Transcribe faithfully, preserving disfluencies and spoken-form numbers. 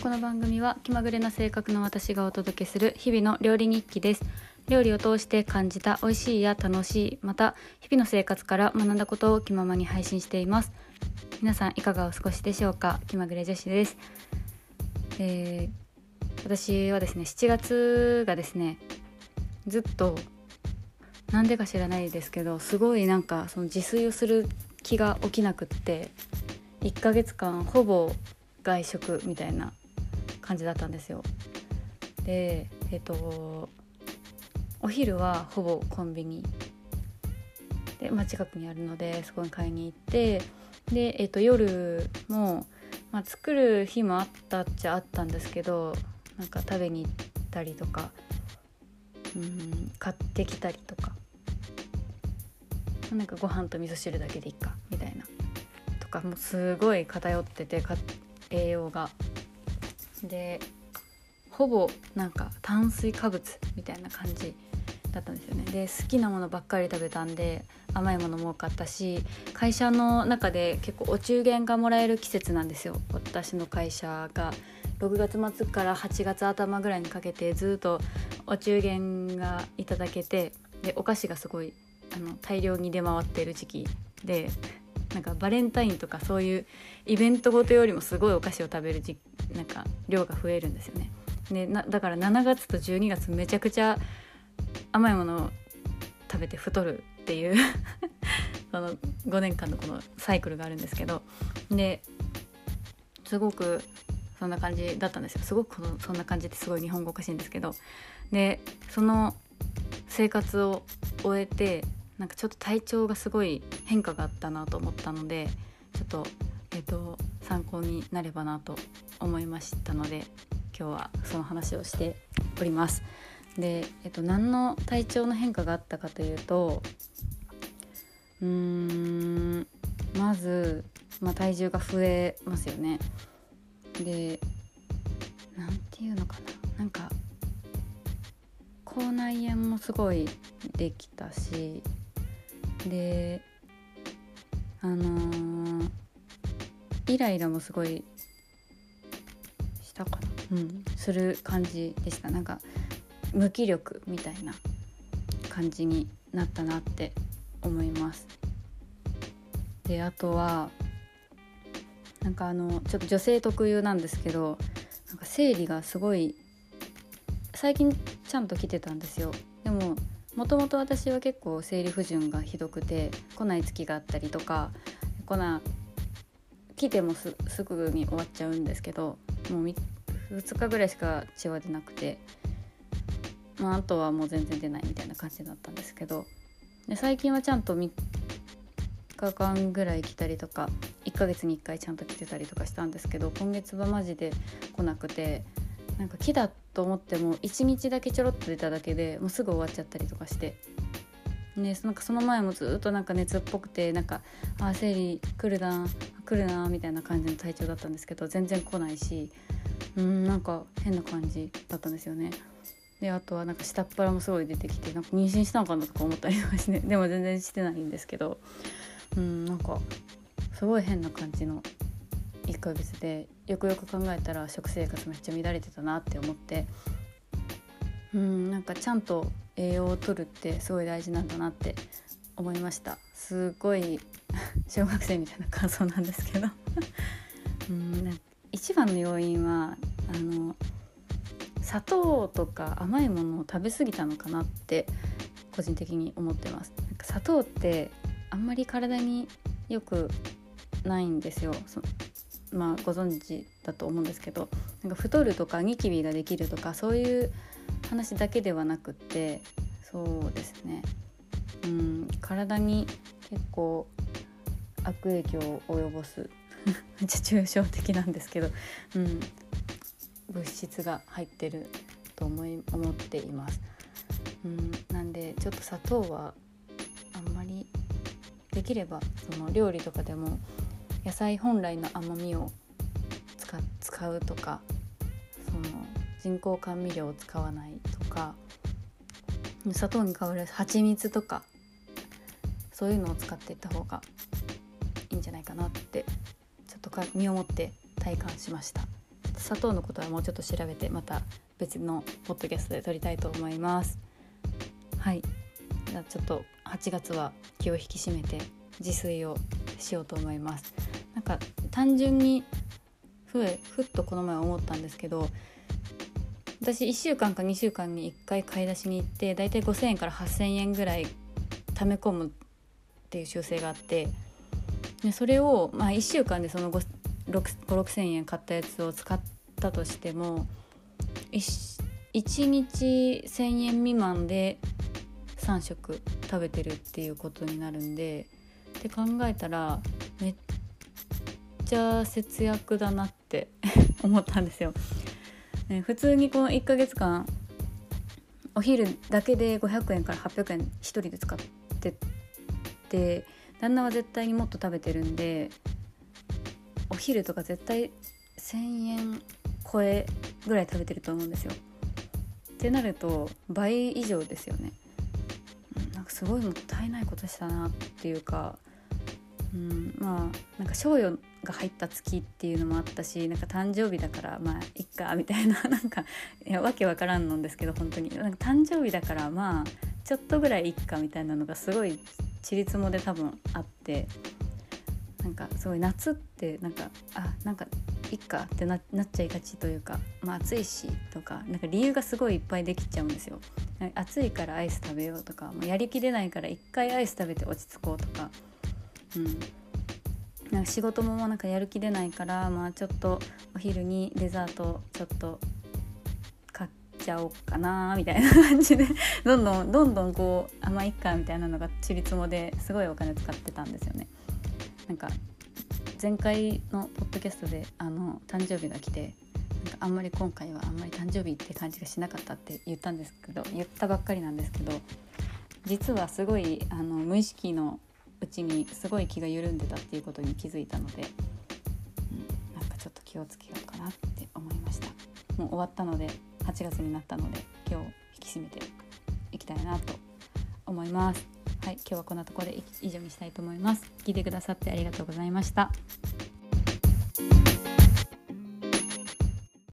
この番組は気まぐれな性格の私がお届けする日々の料理日記です。料理を通して感じた美味しいや楽しい、また日々の生活から学んだことを気ままに配信しています。皆さんいかがお過ごしでしょうか。気まぐれ女子です。えー、私はですねしちがつがですねずっとなんでか知らないですけど、すごいなんかその自炊をする気が起きなくって、いっかげつかんほぼ外食みたいな感じだったんですよ。で、えっとお昼はほぼコンビニで、まあ、近くにあるのでそこに買いに行って、で、えっと夜も、まあ、作る日もあったっちゃあったんですけど、なんか食べに行ったりとか、うん、買ってきたりとか、なんかご飯と味噌汁だけでいいかみたいなとか、もうすごい偏ってて栄養がで、ほぼなんか炭水化物みたいな感じだったんですよね。で、好きなものばっかり食べたんで、甘いものも多かったし、会社の中で結構お中元がもらえる季節なんですよ。私の会社がろくがつ末からはちがつ頭ぐらいにかけてずっとお中元がいただけて、でお菓子がすごいあの大量に出回っている時期で、なんかバレンタインとかそういうイベントごとよりもすごいお菓子を食べるじなんか量が増えるんですよね。でなだからしちがつとじゅうにがつめちゃくちゃ甘いものを食べて太るっていうそのごねんかんのこのサイクルがあるんですけど、ですごくそんな感じだったんですよ。すごくこのそんな感じってすごい日本語おかしいんですけど、でその生活を終えて、なんかちょっと体調がすごい変化があったなと思ったので、ちょっと、えっと、参考になればなと思いましたので、今日はその話をしております。で、えっと、何の体調の変化があったかというと、うーんまず、まあ、体重が増えますよね。で、なんていうのかな、なんか口内炎もすごいできたし、であのー、イライラもすごいしたかな、うん、する感じでした。なんか無気力みたいな感じになったなって思います。で、あとはなんかあのちょっと女性特有なんですけど、なんか生理がすごい最近ちゃんと来てたんですよ。でももともと私は結構生理不順がひどくて、来ない月があったりとか、来な来ても す, すぐに終わっちゃうんですけど、もうふつかぐらいしか血は出なくて、まあ、あとはもう全然出ないみたいな感じだったんですけど、で最近はちゃんとみっかかんぐらい来たりとか、いっかげつにいっかいちゃんと来てたりとかしたんですけど、今月はマジで来なくて、なんか来たと思ってもいちにちだけちょろっと出ただけでもうすぐ終わっちゃったりとかして、ね、なんかその前もずっとなんか熱っぽくて、なんかあ生理来るな来るなみたいな感じの体調だったんですけど、全然来ないし、うーんなんか変な感じだったんですよね。で、あとはなんか下っ腹もすごい出てきて、なんか妊娠したのかなとか思ったりとかして、でも全然してないんですけど、うーんなんかすごい変な感じのいっかげつで、よくよく考えたら食生活めっちゃ乱れてたなって思って、うーんなんかちゃんと栄養を取るってすごい大事なんだなって思いました。すごい小学生みたいな感想なんですけどうーんなんか一番の要因はあの砂糖とか甘いものを食べ過ぎたのかなって個人的に思ってます。なんか砂糖ってあんまり体に良くないんですよ。そまあご存知だと思うんですけど、なんか太るとかニキビができるとかそういう話だけではなくって、そうですね、うん体に結構悪影響を及ぼすめっちゃ抽象的なんですけど、うん、物質が入ってると思い思っています。うん、なんでちょっと砂糖はあんまりできればその料理とかでも野菜本来の甘みを 使, 使うとか、その人工甘味料を使わないとか、砂糖に代わる蜂蜜とかそういうのを使っていった方がいいんじゃないかなってちょっと身をもって体感しました。 砂糖のことはもうちょっと調べてまた別のポッドキャストで撮りたいと思います。はい、じゃあちょっとはちがつは気を引き締めて自炊をしようと思います。なんか単純にふえふっとこの前思ったんですけど、私いっしゅうかんかにしゅうかんにいっかい買い出しに行ってだいたいごせんえんからはっせんえんぐらい溜め込むっていう習性があって、でそれをまあいっしゅうかんでそのご、ろく、ろくせんえん買ったやつを使ったとしてもいちにちせんえん未満でさん食食べてるっていうことになるんで、って考えたらめっちゃ節約だなって思ったんですよ、ね、普通にこのいっかげつかんお昼だけでごひゃくえんからはっぴゃくえんひとりで使ってて、旦那は絶対にもっと食べてるんでお昼とか絶対せんえん超えぐらい食べてると思うんですよ。ってなると倍以上ですよね。なんかすごいもったいないことしたなっていうか、うん、まあなんか賞与が入った月っていうのもあったし、なんか誕生日だからまあいっかみたいななんかいやわけわからんのですけど、本当になんか誕生日だからまあちょっとぐらいいっかみたいなのがすごいちりつもで多分あって、なんかすごい夏ってなんかあなんかいっかって な, なっちゃいがちというか、まあ暑いしとかなんか理由がすごいいっぱいできちゃうんですよ。暑いからアイス食べようとか、もうやりきれないからいっかいアイス食べて落ち着こうとか、うん、なんか仕事もなんかやる気出ないからまあちょっとお昼にデザートちょっと買っちゃおうかなみたいな感じでどんどんどんどんこうあまあいっかみたいなのがちりつもですごいお金使ってたんですよね。なんか前回のポッドキャストであの誕生日が来て、なんかあんまり今回はあんまり誕生日って感じがしなかったって言ったんですけど言ったばっかりなんですけど、実はすごいあの無意識のうちにすごい気が緩んでたっていうことに気づいたので、うん、なんかちょっと気をつけようかなって思いました。もう終わったのではちがつになったので今日引き締めていきたいなと思います。はい、今日はこんなところで以上にしたいと思います。聞いてくださってありがとうございました。